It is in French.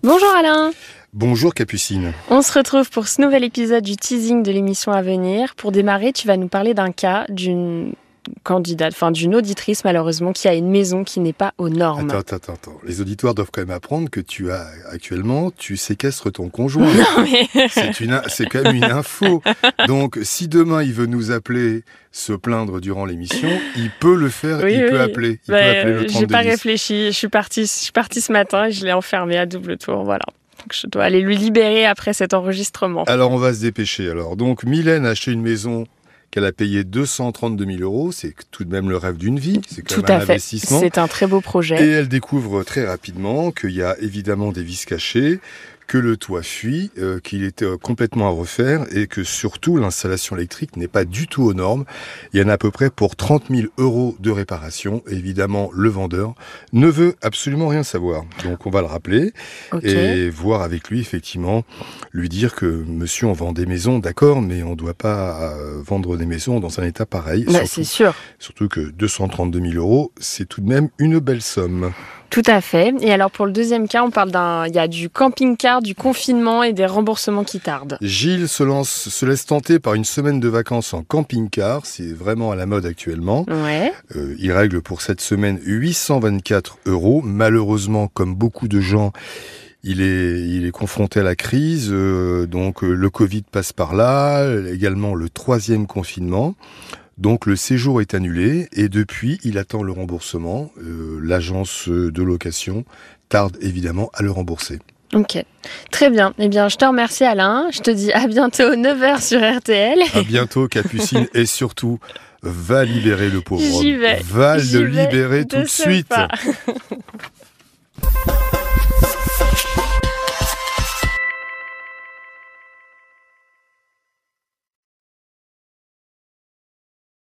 Bonjour Alain. Bonjour Capucine. On se retrouve pour ce nouvel épisode du teasing de l'émission à venir. Pour démarrer, tu vas nous parler d'un cas d'une auditrice malheureusement qui a une maison qui n'est pas aux normes. Attends. Les auditoires doivent quand même apprendre que tu séquestres ton conjoint. Non mais... C'est quand même une info. Donc si demain il veut nous appeler, se plaindre durant l'émission, il peut le faire, peut appeler. Il peut appeler le 3210. J'ai pas réfléchi, je suis partie ce matin et je l'ai enfermé à double tour, voilà. Donc je dois aller lui libérer après cet enregistrement. Alors on va se dépêcher. Donc Mylène a acheté une maison qu'elle a payé 232 000 €, c'est tout de même le rêve d'une vie, c'est quand même un investissement. C'est un très beau projet. Et elle découvre très rapidement qu'il y a évidemment des vis cachées, que le toit fuit, qu'il était complètement à refaire et que surtout l'installation électrique n'est pas du tout aux normes. Il y en a à peu près pour 30 000 € de réparation. Et évidemment, le vendeur ne veut absolument rien savoir. Donc on va le rappeler et voir avec lui, effectivement, lui dire que monsieur, on vend des maisons, d'accord, mais on ne doit pas vendre des maisons dans un état pareil. C'est sûr. Surtout que 232 000 €, c'est tout de même une belle somme. Tout à fait. Et alors pour le deuxième cas, il y a du camping-car, du confinement et des remboursements qui tardent. Gilles se laisse tenter par une semaine de vacances en camping-car, c'est vraiment à la mode actuellement. Ouais. Il règle pour cette semaine 824 €. Malheureusement, comme beaucoup de gens, il est confronté à la crise, donc le Covid passe par là, également le 3e confinement. Donc le séjour est annulé et depuis, il attend le remboursement. L'agence de location tarde évidemment à le rembourser. Ok, très bien. Eh bien, je te remercie Alain. Je te dis à bientôt 9h sur RTL. À bientôt Capucine et surtout, va libérer le pauvre homme. J'y vais. Va le libérer tout de suite.